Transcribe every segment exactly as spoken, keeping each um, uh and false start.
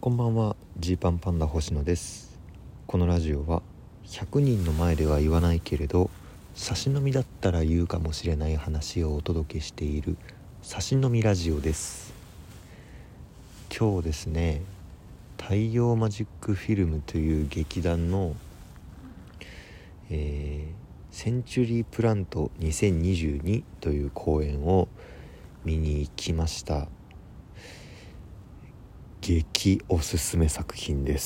こんばんは、ジーパンパンダ星野です。このラジオはひゃくにんの前では言わないけれど差し飲みだったら言うかもしれない話をお届けしている差し飲みラジオです。今日ですね、太陽マジックフィルムという劇団の、えー、センチュリープラントにせんにじゅうにという公演を見に行きました。激おすすめ作品です。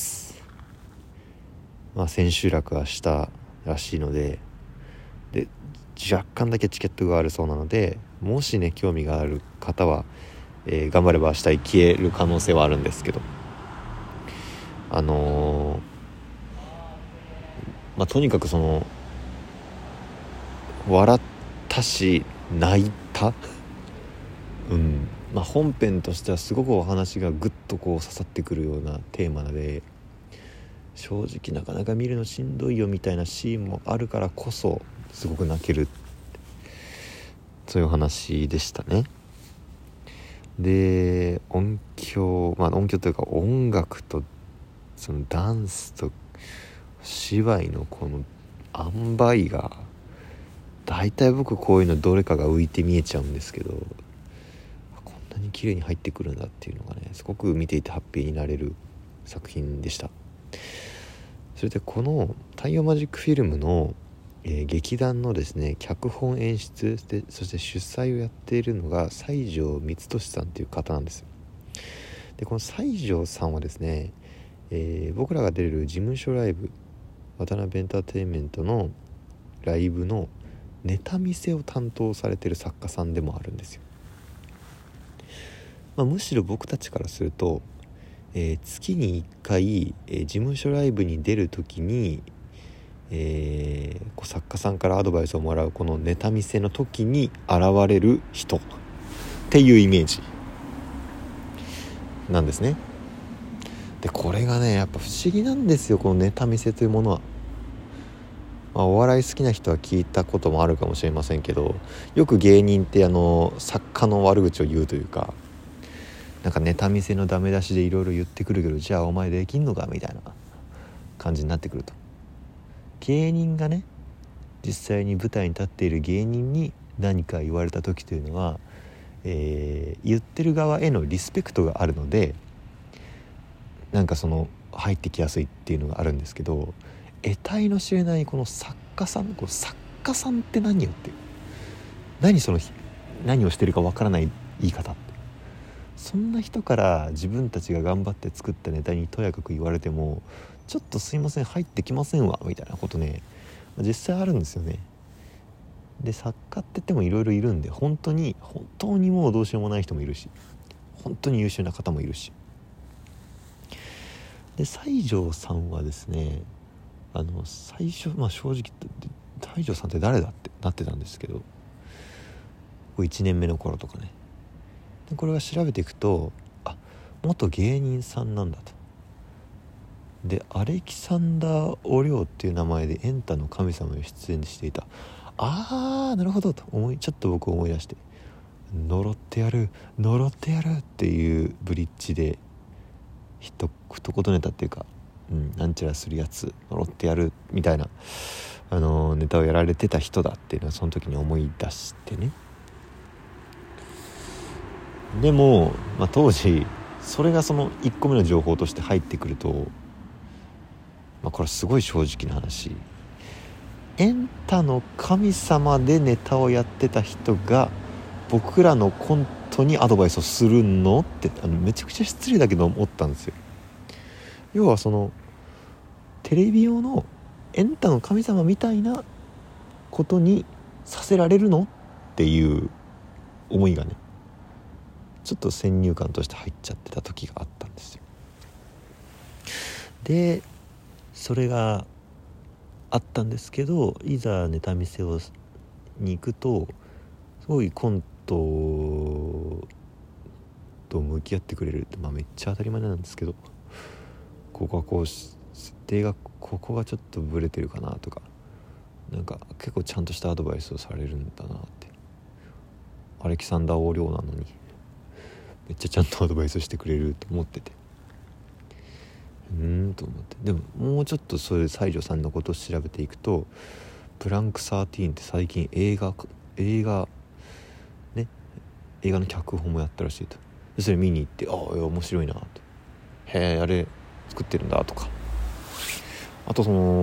まあ千秋楽はしたらしいので、で若干だけチケットがあるそうなので、もしね興味がある方は、えー、頑張れば明日行ける可能性はあるんですけど、あのー、まあとにかくその笑ったし泣いたうんまあ、本編としてはすごくお話がぐっとこう刺さってくるようなテーマで、正直なかなか見るのしんどいよみたいなシーンもあるからこそすごく泣ける、そういう話でしたね。で音響、まあ音響というか音楽とそのダンスと芝居のこの塩梅が、だいたい僕こういうのどれかが浮いて見えちゃうんですけど、こんなに綺麗に入ってくるんだっていうのがね、すごく見ていてハッピーになれる作品でした。それでこの太陽マジックフィルムの、えー、劇団のですね、脚本演出で、そして主催をやっているのが西條光俊さんという方なんですよ。でこの西条さんはですね、えー、僕らが出れる事務所ライブ、渡辺エンターテインメントのライブのネタ見せを担当されている作家さんでもあるんですよ。まあ、むしろ僕たちからすると、えー、月にいっかい、えー、事務所ライブに出るときに、えー、こう作家さんからアドバイスをもらうこのネタ見せの時に現れる人っていうイメージなんですね。でこれがねやっぱ不思議なんですよ、このネタ見せというものは。まあ、お笑い好きな人は聞いたこともあるかもしれませんけど、よく芸人ってあの作家の悪口を言うというか、なんかネタ見せのダメ出しでいろいろ言ってくるけど、じゃあお前できんのかみたいな感じになってくると、芸人がね実際に舞台に立っている芸人に何か言われた時というのは、えー、言ってる側へのリスペクトがあるので、なんかその入ってきやすいっていうのがあるんですけど、得体の知れないこの作家さん、この作家さんって何よっていう、何その何をしてるかわからない言い方って、そんな人から自分たちが頑張って作ったネタにとやかく言われても、ちょっとすいません入ってきませんわみたいなことね、実際あるんですよね。で作家って言ってもいろいろいるんで、本当に本当にもうどうしようもない人もいるし、本当に優秀な方もいるし、で西条さんはですね、あの最初、まあ、正直西条さんって誰だってなってたんですけど、いちねんめの頃とかね、でこれが調べていくと、あ、元芸人さんなんだと。でアレキサンダー・オリョウっていう名前でエンタの神様に出演していた。あーなるほどと思い、ちょっと僕思い出して、呪ってやる呪ってやるっていうブリッジでひと一言ネタっていうか、うん、なんちゃらするやつ呪ってやるみたいな、あのー、ネタをやられてた人だっていうのはその時に思い出してね。でも、まあ、当時それがそのいっこめの情報として入ってくると、まあ、これすごい正直な話、エンタの神様でネタをやってた人が僕らのコントにアドバイスをするのって、あのめちゃくちゃ失礼だけど思ったんですよ。要はそのテレビ用のエンタの神様みたいなことにさせられるのっていう思いがね、ちょっと先入観として入っちゃってた時があったんですよ。でそれがあったんですけど、いざネタ見せをに行くと、すごいコントと向き合ってくれるって、まあめっちゃ当たり前なんですけど、ここはこう設定がここがちょっとブレてるかなとか、なんか結構ちゃんとしたアドバイスをされるんだなって。アレキサンダー横領なのにめっちゃちゃんとアドバイスしてくれると思ってて、 うーんと思って、でももうちょっとそういう西条さんのことを調べていくと、ブランクサーティーンって最近映画映画ね映画の脚本もやったらしいと。でそれ見に行って、ああ面白いなと、へえあれ作ってるんだとか、あとその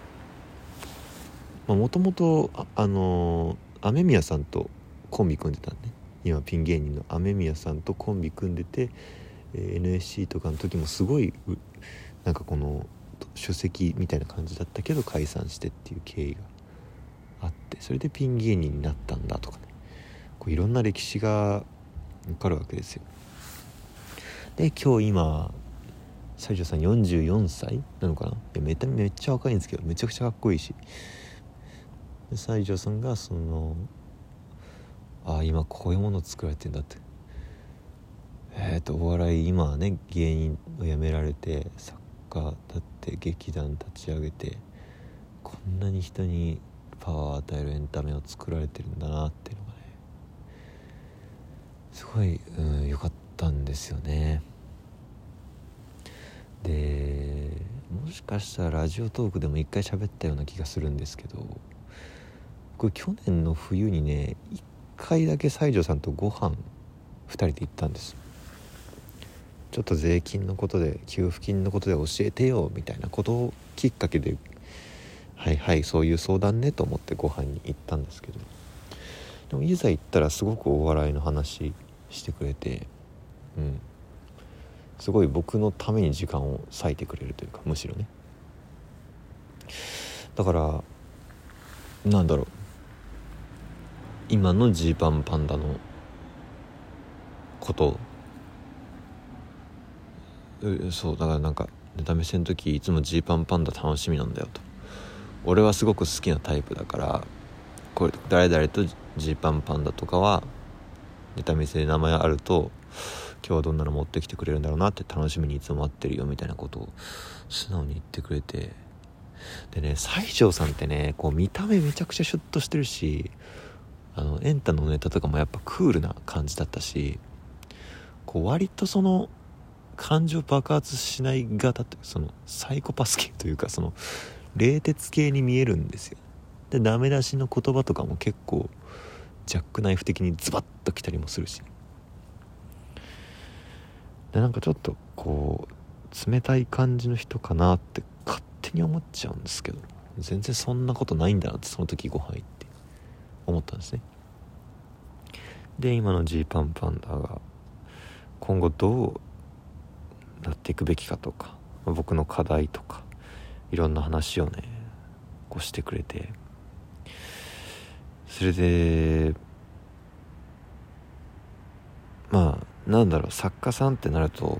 もともとあの雨宮さんとコンビ組んでたんね。今ピン芸人の雨宮さんとコンビ組んでて、えー、エヌエスシー とかの時もすごいなんかこの首席みたいな感じだったけど解散してっていう経緯があって、それでピン芸人になったんだとかね、こういろんな歴史が分かるわけですよ。で今日今西条さんよんじゅうよんさいなのかな。いや め, めっちゃ若いんですけど、めちゃくちゃかっこいいし、西条さんがそのああ今こういうものを作られてんだって、えっとお笑い今はね芸人を辞められて作家だって劇団立ち上げて、こんなに人にパワーを与えるエンタメを作られてるんだなっていうのがね、すごいうん良かったんですよね。でもしかしたらラジオトークでも一回喋ったような気がするんですけど、これ去年の冬にね一回だけ西条さんとご飯ふたりで行ったんです。ちょっと税金のことで給付金のことで教えてよみたいなことをきっかけで、はいはいそういう相談ねと思ってご飯に行ったんですけど、でもいざ行ったらすごくお笑いの話してくれて、うんすごい僕のために時間を割いてくれるというか、むしろね、だからなんだろう、今のジーパンパンダのことそうだからなんかネタ見せの時いつもジーパンパンダ楽しみなんだよと、俺はすごく好きなタイプだから、これ誰々とジーパンパンダとかはネタ見せで名前あると今日はどんなの持ってきてくれるんだろうなって楽しみにいつも待ってるよみたいなことを素直に言ってくれて、でね西条さんってねこう見た目めちゃくちゃシュッとしてるし、あのエンタのネタとかもやっぱクールな感じだったし、こう割とその感情爆発しない型ってそのサイコパス系というか、その冷徹系に見えるんですよ。でダメ出しの言葉とかも結構ジャックナイフ的にズバッときたりもするし、でなんかちょっとこう冷たい感じの人かなって勝手に思っちゃうんですけど、全然そんなことないんだなってその時ご飯行って思ったんですね。で今のジーパンパンダが今後どうなっていくべきかとか、僕の課題とかいろんな話をねこうしてくれて、それでまあなんだろう、作家さんってなると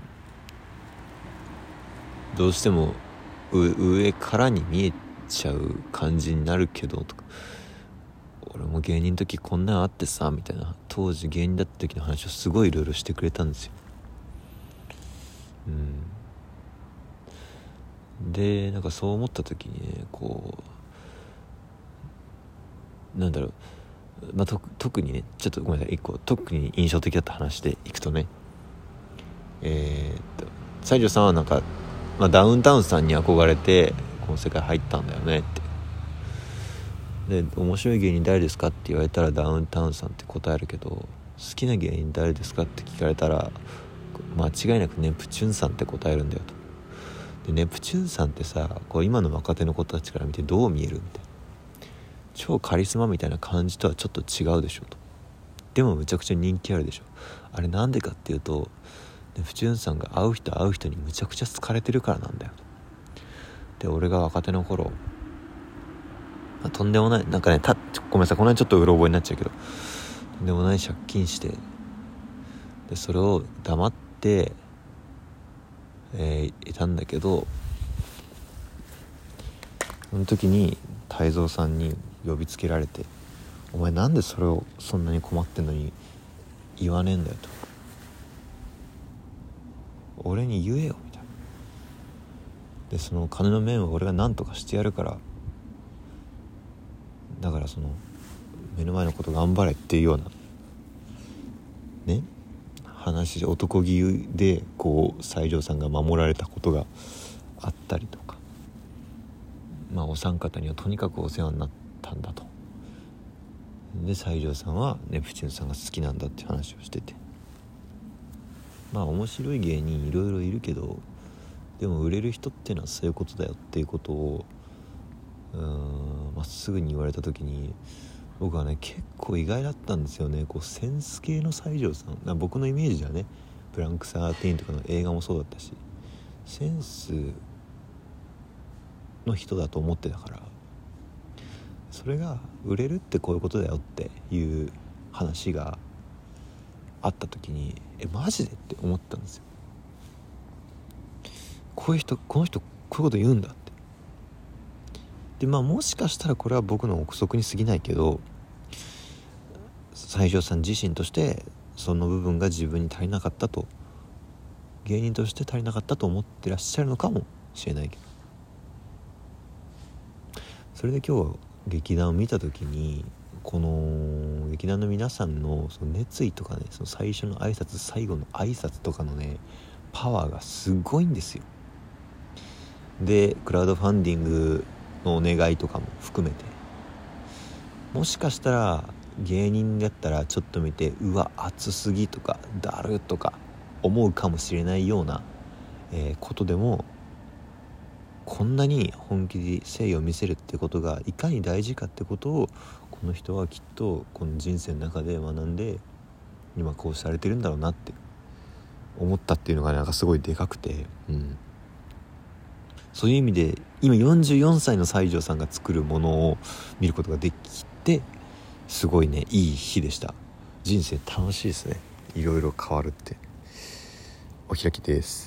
どうしても上からに見えちゃう感じになるけどとか、俺も芸人の時こんなんあってさみたいな、当時芸人だった時の話をすごいいろいろしてくれたんですよ。うんでなんかそう思った時にね、こうなんだろう、まあ、と特にねちょっとごめんなさい、一個特に印象的だった話でいくとね、えー、っと西条さんはなんか、まあ、ダウンタウンさんに憧れてこの世界入ったんだよねって、で面白い芸人誰ですかって言われたらダウンタウンさんって答えるけど、好きな芸人誰ですかって聞かれたら間違いなくネプチューンさんって答えるんだよと。でネプチューンさんってさ、こう今の若手の子たちから見てどう見えるみたいな、超カリスマみたいな感じとはちょっと違うでしょと。でもむちゃくちゃ人気あるでしょ。あれなんでかっていうと、ネプチューンさんが会う人会う人にむちゃくちゃ好かれてるからなんだよと。で俺が若手の頃、まあ、とんでもないなんかねたごめんなさいこの辺ちょっとうろ覚えになっちゃうけど、とんでもない借金して、でそれを黙って、えー、いたんだけど、その時に泰造さんに呼びつけられて、お前なんでそれをそんなに困ってんのに言わねえんだよと、俺に言えよみたいな。でその金の面は俺が何とかしてやるから、だからその目の前のこと頑張れっていうようなね話、男気でこう西条さんが守られたことがあったりとか、まあお三方にはとにかくお世話になったんだと。で西条さんはネプチューンさんが好きなんだって話をしてて、まあ面白い芸人いろいろいるけど、でも売れる人っていうのはそういうことだよっていうことをうーんまっすぐに言われた時に、僕はね結構意外だったんですよね。こうセンス系の西条さん、僕のイメージではね、ブランクサーティーンとかの映画もそうだったし、センスの人だと思ってたから、それが売れるってこういうことだよっていう話があった時に、えマジでって思ったんですよ。こういう人この人こういうこと言うんだって。でまあもしかしたらこれは僕の憶測に過ぎないけど、西条さん自身としてその部分が自分に足りなかったと、芸人として足りなかったと思ってらっしゃるのかもしれないけど、それで今日劇団を見た時に、この劇団の皆さんのその熱意とかね、その最初の挨拶最後の挨拶とかのねパワーがすごいんですよ。でクラウドファンディングのお願いとかも含めて、もしかしたら芸人だったらちょっと見てうわ熱すぎとかだるとか思うかもしれないような、えー、ことでも、こんなに本気で誠意を見せるってことがいかに大事かってことを、この人はきっとこの人生の中で学んで今こうされてるんだろうなって思ったっていうのがなんかすごいでかくて、うん、そういう意味で今よんじゅうよんさいの西条さんが作るものを見ることができて、すごいねいい日でした。人生楽しいですね、いろいろ変わるって。お開きです。